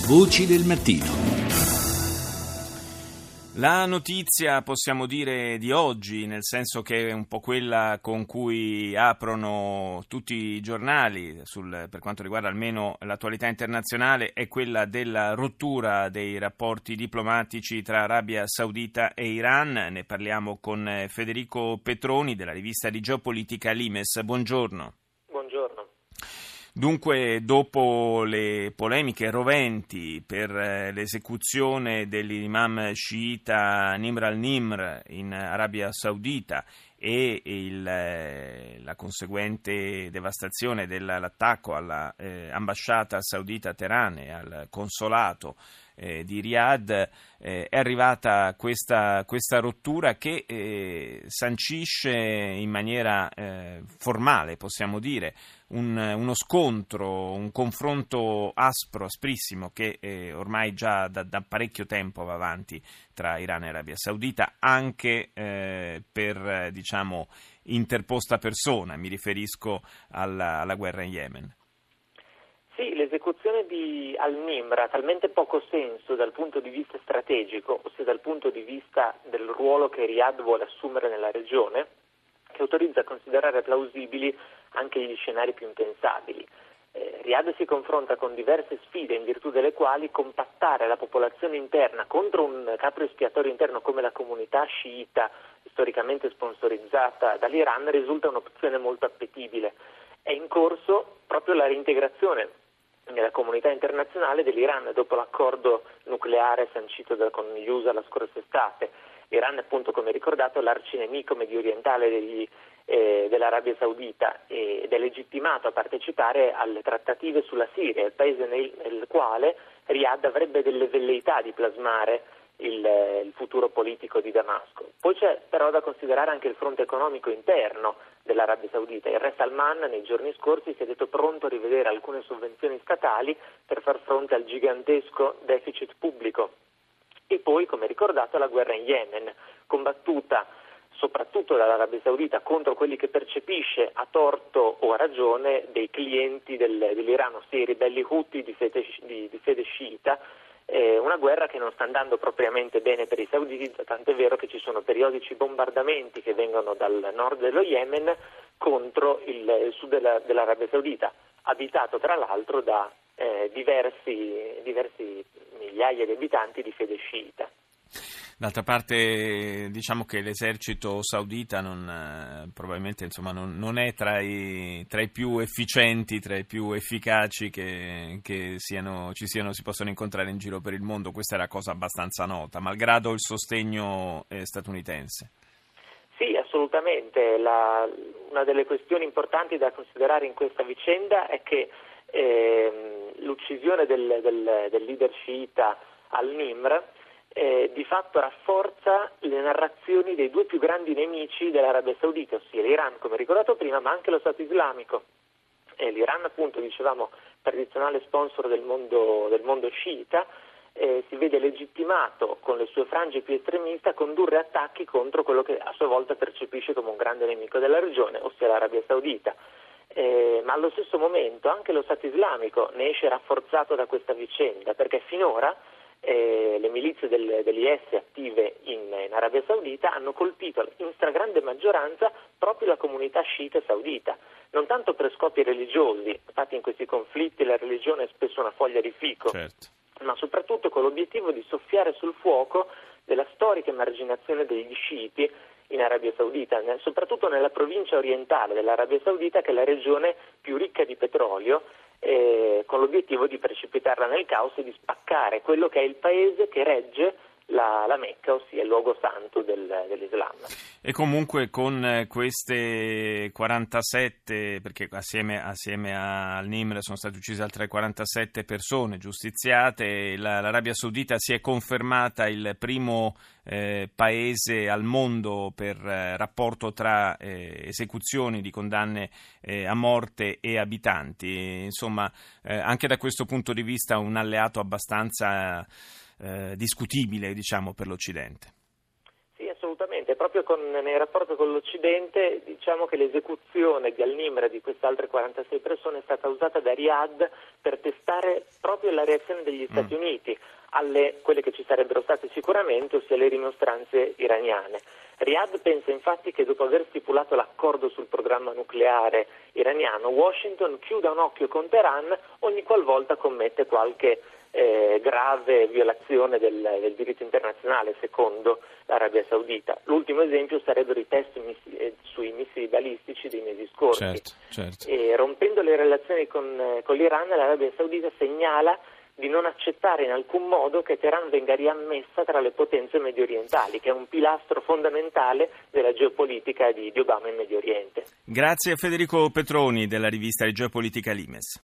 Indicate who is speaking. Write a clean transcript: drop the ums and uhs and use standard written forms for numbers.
Speaker 1: Voci del mattino.
Speaker 2: La notizia, possiamo dire, di oggi, nel senso che è un po' quella con cui aprono tutti i giornali per quanto riguarda almeno l'attualità internazionale, è quella della rottura dei rapporti diplomatici tra Arabia Saudita e Iran. Ne parliamo con Federico Petroni della rivista di geopolitica Limes. Buongiorno.
Speaker 3: Buongiorno.
Speaker 2: Dunque, dopo le polemiche roventi per l'esecuzione dell'imam sciita Nimr al-Nimr in Arabia Saudita e la conseguente devastazione dell'attacco alla ambasciata saudita a Teheran e al consolato di Riyadh, è arrivata questa rottura che sancisce in maniera formale, possiamo dire, uno scontro, un confronto asprissimo che ormai già da parecchio tempo va avanti tra Iran e Arabia Saudita, anche per, interposta persona. Mi riferisco alla guerra in Yemen.
Speaker 3: Sì, l'esecuzione di al-Nimr ha talmente poco senso dal punto di vista strategico, ossia dal punto di vista del ruolo che Riyadh vuole assumere nella regione, che autorizza a considerare plausibili anche gli scenari più impensabili. Riyadh si confronta con diverse sfide in virtù delle quali compattare la popolazione interna contro un capro espiatorio interno come la comunità sciita, storicamente sponsorizzata dall'Iran, risulta un'opzione molto appetibile. È in corso proprio la reintegrazione nella comunità internazionale dell'Iran dopo l'accordo nucleare sancito con gli USA la scorsa estate. L'Iran è appunto, come ricordato, l'arcinemico mediorientale dell'Arabia Saudita ed è legittimato a partecipare alle trattative sulla Siria, il paese nel quale Riyadh avrebbe delle velleità di plasmare il futuro politico di Damasco. Poi c'è però da considerare anche il fronte economico interno dell'Arabia Saudita. Il re Salman nei giorni scorsi si è detto pronto a rivedere alcune sovvenzioni statali per far fronte al gigantesco deficit pubblico. E poi, come ricordato, la guerra in Yemen, combattuta soprattutto dall'Arabia Saudita contro quelli che percepisce a torto o a ragione dei clienti dell'Iran, ossia i ribelli Houthi di fede sciita. Una guerra che non sta andando propriamente bene per i sauditi, tant'è vero che ci sono periodici bombardamenti che vengono dal nord dello Yemen contro il sud dell'Arabia Saudita, abitato tra l'altro da diversi migliaia di abitanti di fede sciita.
Speaker 2: D'altra parte, diciamo che l'esercito saudita probabilmente non è tra i più efficienti, tra i più efficaci che si possono incontrare in giro per il mondo. Questa è una cosa abbastanza nota, malgrado il sostegno statunitense. Sì,
Speaker 3: assolutamente. Una delle questioni importanti da considerare in questa vicenda è che l'uccisione del leader sciita al-Nimr di fatto rafforza le narrazioni dei due più grandi nemici dell'Arabia Saudita, ossia l'Iran, come ricordato prima, ma anche lo Stato islamico. L'Iran, appunto, dicevamo, tradizionale sponsor del mondo sciita, si vede legittimato con le sue frange più estremiste a condurre attacchi contro quello che a sua volta percepisce come un grande nemico della regione, ossia l'Arabia Saudita. Ma allo stesso momento anche lo Stato islamico ne esce rafforzato da questa vicenda, perché finora le milizie dell'IS attive in Arabia Saudita hanno colpito in stragrande maggioranza proprio la comunità sciita saudita, non tanto per scopi religiosi, infatti in questi conflitti la religione è spesso una foglia di fico, certo, ma soprattutto con l'obiettivo di soffiare sul fuoco della storica emarginazione degli sciiti in Arabia Saudita, soprattutto nella provincia orientale dell'Arabia Saudita, che è la regione più ricca di petrolio, con l'obiettivo di precipitarla nel caos e di spaccare quello che è il paese che regge la Mecca, ossia il luogo santo dell'Islam.
Speaker 2: E comunque con queste 47, perché assieme al-Nimr sono state uccise altre 47 persone giustiziate, l'Arabia Saudita si è confermata il primo paese al mondo per rapporto tra esecuzioni di condanne a morte e abitanti. E, insomma, anche da questo punto di vista un alleato abbastanza discutibile, diciamo, per l'Occidente.
Speaker 3: Sì, assolutamente. proprio nel rapporto con l'Occidente, diciamo che l'esecuzione di al-Nimr e di queste altre 46 persone è stata usata da Riyadh per testare proprio la reazione degli Stati Uniti alle quelle che ci sarebbero state sicuramente, ossia le rimostranze iraniane. Riyadh pensa infatti che dopo aver stipulato l'accordo sul programma nucleare iraniano, Washington chiuda un occhio con Teheran ogni qualvolta commette qualche grave violazione del diritto internazionale, secondo l'Arabia Saudita. L'ultimo esempio sarebbero i test sui missili balistici dei mesi scorsi.
Speaker 2: Certo.
Speaker 3: E rompendo le relazioni con l'Iran, l'Arabia Saudita segnala di non accettare in alcun modo che Teheran venga riammessa tra le potenze mediorientali, che è un pilastro fondamentale della geopolitica di Obama in Medio Oriente.
Speaker 2: Grazie a Federico Petroni della rivista Geopolitica Limes.